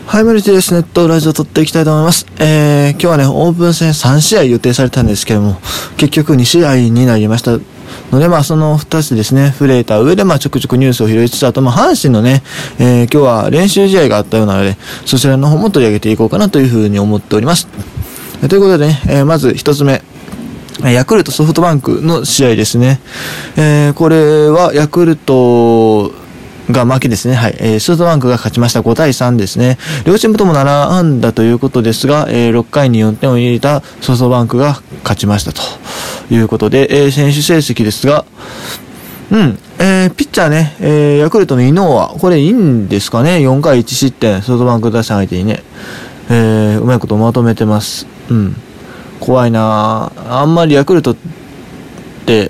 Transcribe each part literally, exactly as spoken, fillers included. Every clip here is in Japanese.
はい、マルチです。ネットラジオ撮っていきたいと思います。えー、今日はね、オープン戦さんしあい予定されたんですけども、結局にしあいになりましたので、まあそのふたつですね、触れた上で、まあちょくちょくニュースを拾いつつ、あとまあ阪神のね、えー、今日は練習試合があったようなので、そちらの方も取り上げていこうかなというふうに思っております。えー、ということでね、えー、まず一つ目。ヤクルトソフトバンクの試合ですね。えー、これはヤクルトが負けですね。はい。えー、ソフトバンクが勝ちました。ごたいさんですね。両チームともななあんだということですが、えー、ろっかいによんてんを入れたソフトバンクが勝ちましたということで、えー、選手成績ですが、うん、えー、ピッチャーね、えー、ヤクルトの井上は、これいいんですかね。よんかいいちしってん、ソフトバンク打者相手にね、えー、うまいことまとめてます。うん。怖いなぁ。あんまりヤクルトって、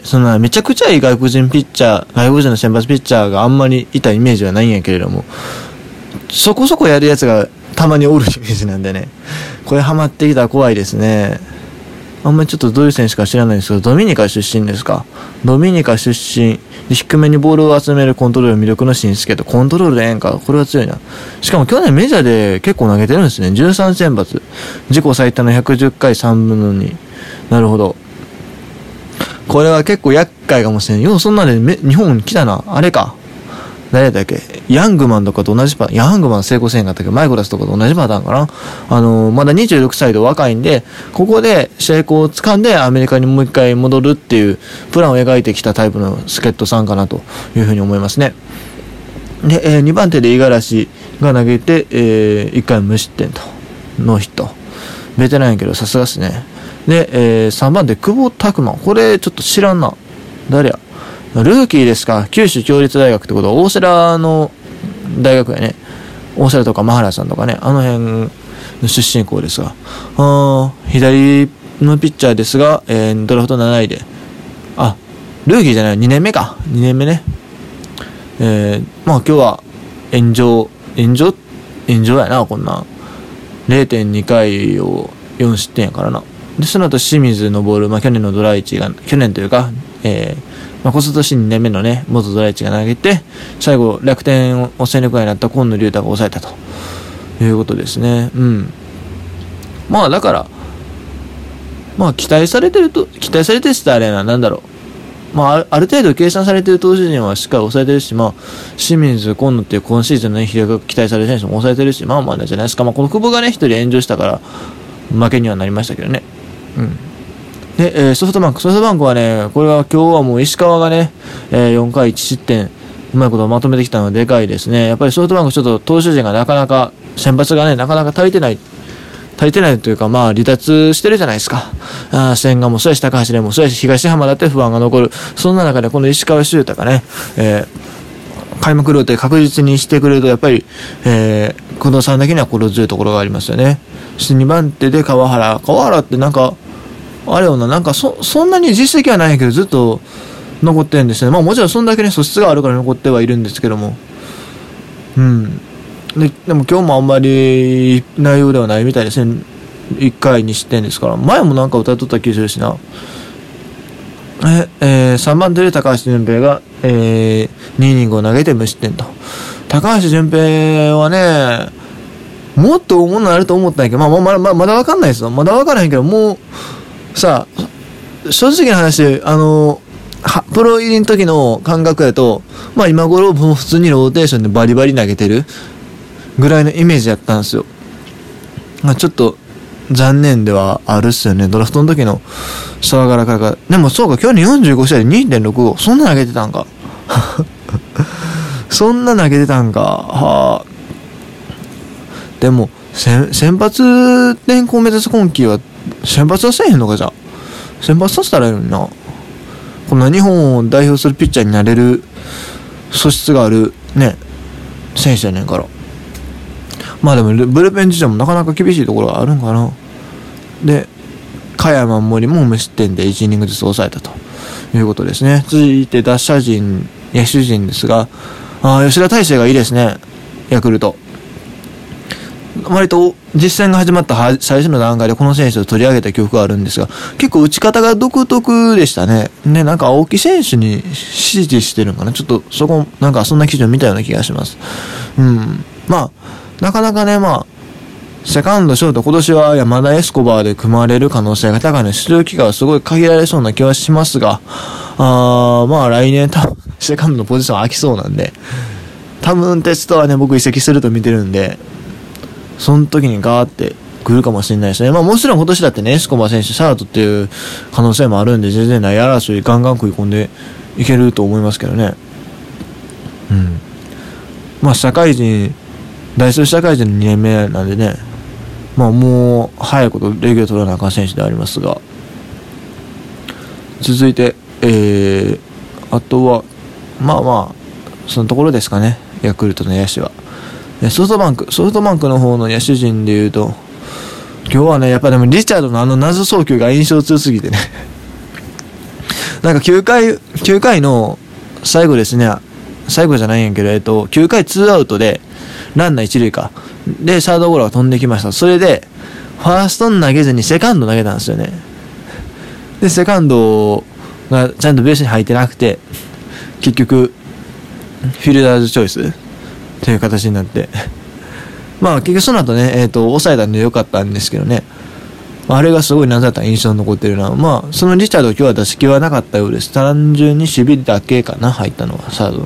そんなめちゃくちゃいい外国人ピッチャー、外国人の先発ピッチャーがあんまりいたイメージはないんやけれども、そこそこやるやつがたまにおるイメージなんでね、これハマってきたら怖いですね。あんまりちょっとどういう選手か知らないんですけど、ドミニカ出身ですか。ドミニカ出身、低めにボールを集めるコントロール魅力の新助と、コントロールでええんか、これは強いな。しかも去年メジャーで結構投げてるんですね。じゅうさんせんばつ。自己最多のひゃくじゅっかいさんぶんのに。なるほど。これは結構厄介かもしれん。ようそんなでめ日本来たな。あれか。誰だっけ、ヤングマンとかと同じパターン、ヤングマン成功せんかったけど、マイコラスとかと同じパターンかな。あのー、まだにじゅうろくさいで若いんで、ここで成功を掴んでアメリカにもう一回戻るっていうプランを描いてきたタイプの助っ人さんかなというふうに思いますね。で、えー、にばん手で五十嵐が投げて、えー、いっかい無失点と、ノーヒット。ベテランやけどさすがっすね。で、えー、さんばん手久保拓磨。これちょっと知らんな。誰や。ルーキーですか。九州共立大学ってことは大瀬良の大学やね。大瀬良とかマハラさんとかね、あの辺の出身校ですが、あ左のピッチャーですが、えー、ドラフトなないで、あ、ルーキーじゃない、にねんめか、にねんめね。えー、まあ今日は炎上炎上炎上やな、こんな れいてんにかいをよんしってんやからな。でその後清水のボール、まあ去年のドライチが、去年というか、えーまあ、今年にねんめのね、元ドライチが投げて、最後、楽天を戦力外になった今野龍太が抑えたということですね。うん。まあ、だから、まあ、期待されてると、期待されてるってあれな、なんだろう。まあ、ある程度計算されてる投手陣はしっかり抑えてるし、まあ、清水、今野っていう今シーズンのね、飛躍が期待される選手も抑えてるし、まあまあなんじゃないですか。まあ、この久保がね、一人炎上したから、負けにはなりましたけどね。うん。で、えー、ソフトバンク、ソフトバンクはね、これは今日はもう石川がね、えー、よんかいいちしってん、うまいことをまとめてきたのはでかいですね。やっぱりソフトバンクちょっと投手陣がなかなか、先発がね、なかなか足りてない、足りてないというか、まあ離脱してるじゃないですか。あ千賀もそうやし、高橋蓮もそうやし、東浜だって不安が残る。そんな中でこの石川修太がね、えー、開幕ルートで確実にしてくれると、やっぱり、えー、このさんだけには心強いところがありますよね。そしてにばん手で川原。川原ってなんか、あれよな、なんかそ、そんなに実績はないけどずっと残ってるんですね。まあもちろんそんだけね、素質があるから残ってはいるんですけども。うん。で、でも今日もあんまり内容ではないみたいですね。いっかいにしてんですから。前もなんか歌っとった気がするしな。え、えー、さんばん手で高橋純平が、えー、にイニングを投げて無失点と。高橋純平はね、もっと大物になると思ったんやけど、まあ、まだ、まだ、まだわかんないですよ。まだわからへんけど、もう、さあ、正直な話、あの、プロ入りの時の感覚やと、まあ今頃もう普通にローテーションでバリバリ投げてるぐらいのイメージやったんですよ。まあちょっと残念ではあるっすよね。ドラフトの時の騒がらからか。でもそうか、去年よんじゅうごしあいで にてんろくご。そんな投げてたんか。そんな投げてたんか。はあ。でも、先発転向を目指す今季は、先発はせえへんのかじゃあ。先発させたらいいのにな。こんな日本を代表するピッチャーになれる素質があるね、選手やねんから。まあでもブルペン事情もなかなか厳しいところがあるんかな。で、加山森も無失点でいちイニングずつ抑えたということですね。続いて打者陣、野手陣ですが、あ吉田大成がいいですね、ヤクルト。割と実戦が始まった最初の段階でこの選手を取り上げた記憶があるんですが、結構打ち方が独特でしたね。ね、なんか青木選手に指示してるのかな。ちょっとそこ、なんかそんな記事を見たような気がします。うん。まあ、 なかなかね、まあ、セカンド、ショート、今年は山田エスコバーで組まれる可能性が高いので、出場機会はすごい限られそうな気はしますが、あまあ来年多分、セカンドのポジション空きそうなんで、多分テストはね、僕移籍すると見てるんで、その時にガーって来るかもしれないですね。まあもちろん今年だってね、エスコバー選手、シャートっていう可能性もあるんで、全然内野争いガンガン食い込んでいけると思いますけどね。うん。まあ社会人、大卒社会人のにねんめなんでね、まあもう早いことレギュラー取らなあかん選手でありますが、続いて、えー、あとはまあまあそのところですかね。ヤクルトの野手はソフトバンクソフトバンクの方の野手陣でいうと、今日はねやっぱでもリチャードのあの謎送球が印象強すぎてねなんかきゅうかいきゅうかいの最後ですね、最後じゃないんやけど、えっときゅうかいツーアウトでランナー一塁かでサードゴロが飛んできました。それでファーストに投げずにセカンド投げたんですよね。でセカンドがちゃんとベースに入ってなくて、結局フィルダーズチョイスという形になってまあ結局その後ね、えーと抑えたんで良かったんですけどね、あれがすごい何だったら印象に残ってるな。まあそのリチャード今日は打席はなかったようです。単純に守備だけかな、入ったのはサードの。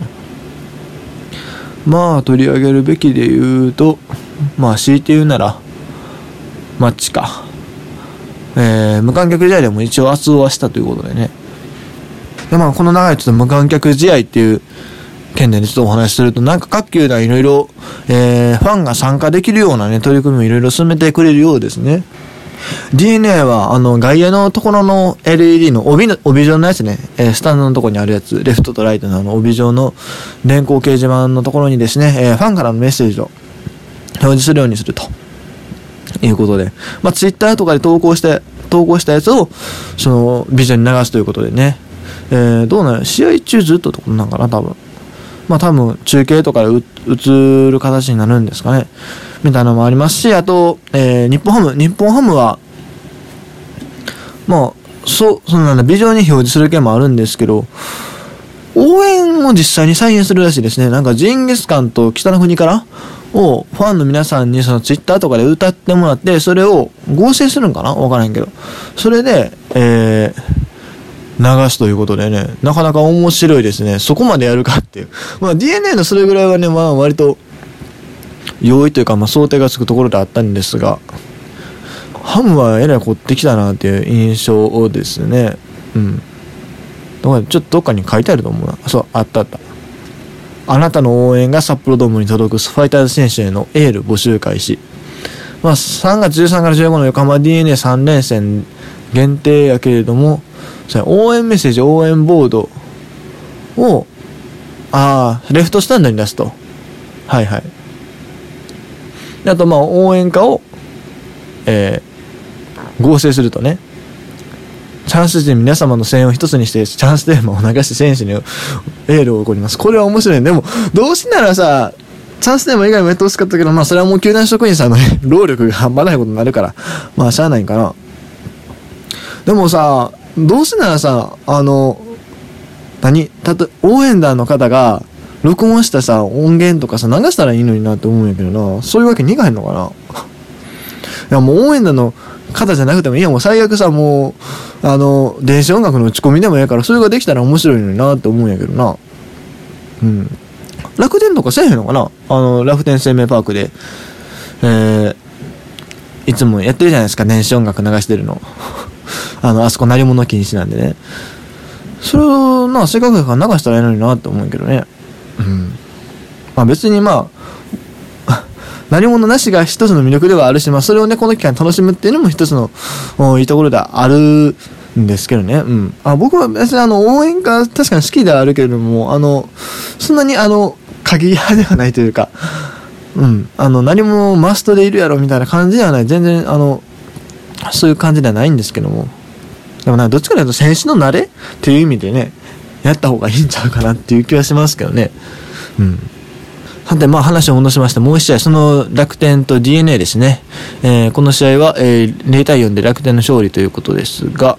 まあ取り上げるべきで言うと、まあ強いて言うならマッチか、えー、無観客試合でも一応圧をはしたということでね。でまあこの長いちょっと無観客試合っていう件で、ね、ちょっとお話しすると、なんか各球団いろいろファンが参加できるようなね取り組みをいろいろ進めてくれるようですね。ディーエヌエー はあの外野のところの エルイーディー の帯の帯状のやつね、えー、スタンドのところにあるやつ、レフトとライトのあの帯状の電光掲示板のところにですね、えー、ファンからのメッセージを表示するようにするということで、まあツイッターとかで投稿して投稿したやつをそのビジョンに流すということでね、えー、どうなの、試合中ずっとってことなんかな、多分。まあ多分中継とかで映る形になるんですかね、みたいなのもありますし、あと、えー、日本ハム日本ハムはまあそうそのなんだビジョンに表示する件もあるんですけど、応援を実際に再現するらしいですね。なんかジンギスカンと北の国からをファンの皆さんにそのツイッターとかで歌ってもらって、それを合成するんかな、わからんけど、それでえー流すということでね、なかなか面白いですね。そこまでやるかっていう。まあ ディーエヌエー のそれぐらいはね、まあ割と容易というか、まあ想定がつくところであったんですが、ハムはえらい凝ってきたなっていう印象ですね。うん。だからちょっとどっかに書いてあると思うな。そう、あったあった。あなたの応援が札幌ドームに届くファイターズ選手へのエール募集開始。まあさんがつじゅうさんからじゅうごの横浜 ディーエヌエーさん 連戦限定やけれども、応援メッセージ、応援ボードをああレフトスタンドに出すと、はいはい。であとまあ応援歌を、えー、合成するとね、チャンス時に皆様の声援を一つにしてチャンステーマを流して選手にエールを送ります。これは面白いね。でもどうしならさ、チャンステーマ以外もやってほしかったけど、まあそれはもう球団職員さんの、ね、労力が半端ないことになるから、まあしゃあないんかな。でもさ、どうせならさ、あの何たと応援団の方が録音したさ音源とかさ流したらいいのになって思うんやけどな、そういうわけにいかへんのかな。いやもう応援団の方じゃなくてもいいや、もう最悪さ、もうあの電子音楽の打ち込みでもいいから、それができたら面白いのになって思うんやけどな。うん。楽天とかせえへんのかな、あの楽天生命パークでえー、いつもやってるじゃないですか、電子音楽流してるのあのあそこ鳴り物禁止なんでね、それをなせっかくだから流したらいいのになって思うけどね。うん。まあ別にまあ鳴り物なしが一つの魅力ではあるし、まあそれをねこの期間楽しむっていうのも一つのいいところであるんですけどね。うん。あ、僕は別にあの応援歌確かに好きではあるけれども、あのそんなにあの過激派ではないというか、うん、あの何もマストでいるやろみたいな感じではない、全然あのそういう感じではないんですけども、でもなんかどっちかというと選手の慣れっていう意味でねやった方がいいんちゃうかなっていう気はしますけどね。うん。さてまあ話を戻しまして、もう一試合、その楽天と ディーエヌエー ですね、えー、この試合は、えー、ゼロたいよんで楽天の勝利ということですが、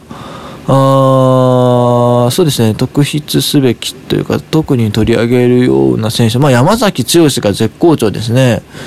あそうですね、特筆すべきというか特に取り上げるような選手、まあ、山崎剛が絶好調ですね。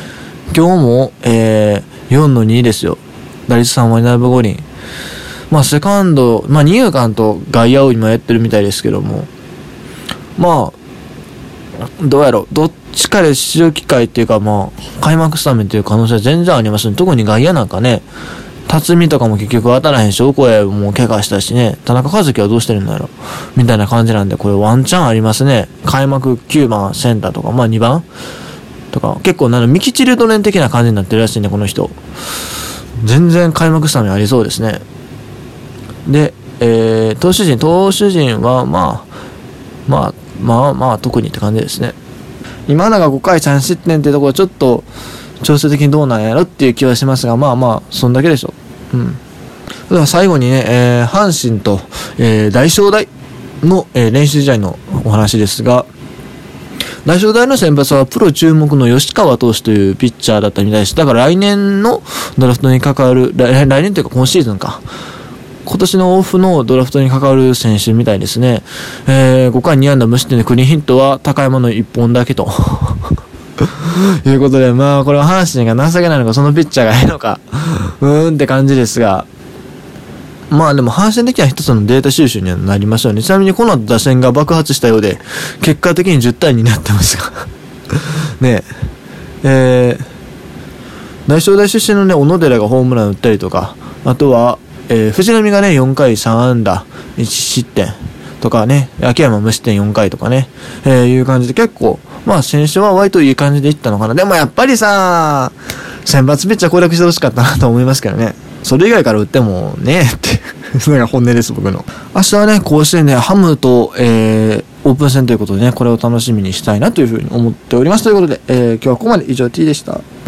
今日も、えー、よんのにですよ。打率さんわりななぶごりん。まあ、セカンド、まあ、二遊間と外野を今やってるみたいですけども、まあ、どうやろう、どっちかで出場機会っていうか、まあ、開幕スタメンという可能性は全然ありますね。特に外野なんかね、辰巳とかも結局当たらへんし、オコエも怪我したしね、田中和樹はどうしてるんだろうみたいな感じなんで、これワンチャンありますね。開幕きゅうばんセンターとか、まあにばんとか、結構なの、ミキチルドレン的な感じになってるらしいね、この人。全然開幕スタメンありそうですね。で、えー、投手陣、投手陣は、まあ、まあ、まあまあ、特にって感じですね。今永ごかいさん失点っていうところはちょっと、調整的にどうなんやろっていう気はしますが、まあまあ、そんだけでしょ。うん。では最後にね、えー、阪神と、えー、大正大の、えー、練習試合のお話ですが、大正大の先発はプロ注目の吉川投手というピッチャーだったみたいです。だから来年のドラフトに関わる、来, 来年というか今シーズンか。今年のオフのドラフトに関わる選手みたいですね。えー、ごかいに安打無失点でクリーンヒットは高山のいっぽんだけと。いうことで、まあ、これは阪神が情けないのか、そのピッチャーがいいのか、うーんって感じですが、まあでも阪神的には一つのデータ収集にはなりましょうね。ちなみにこの後打線が爆発したようで、結果的にじゅったいになってますが。ねえ、えー、大正大出身のね、小野寺がホームラン打ったりとか、あとは、えー、藤浪がね、よんかいさん安打、いち失点とかね、秋山無失点よんかいとかね、えー、いう感じで結構、まあ選手は割といい感じでいったのかな。でもやっぱりさ、選抜ピッチャー攻略してほしかったなと思いますけどね。それ以外から打ってもねって、それが本音です、僕の。明日はね、甲子園でハムと、えー、オープン戦ということでね、これを楽しみにしたいなというふうに思っております。ということで、えー、今日はここまで。以上 T でした。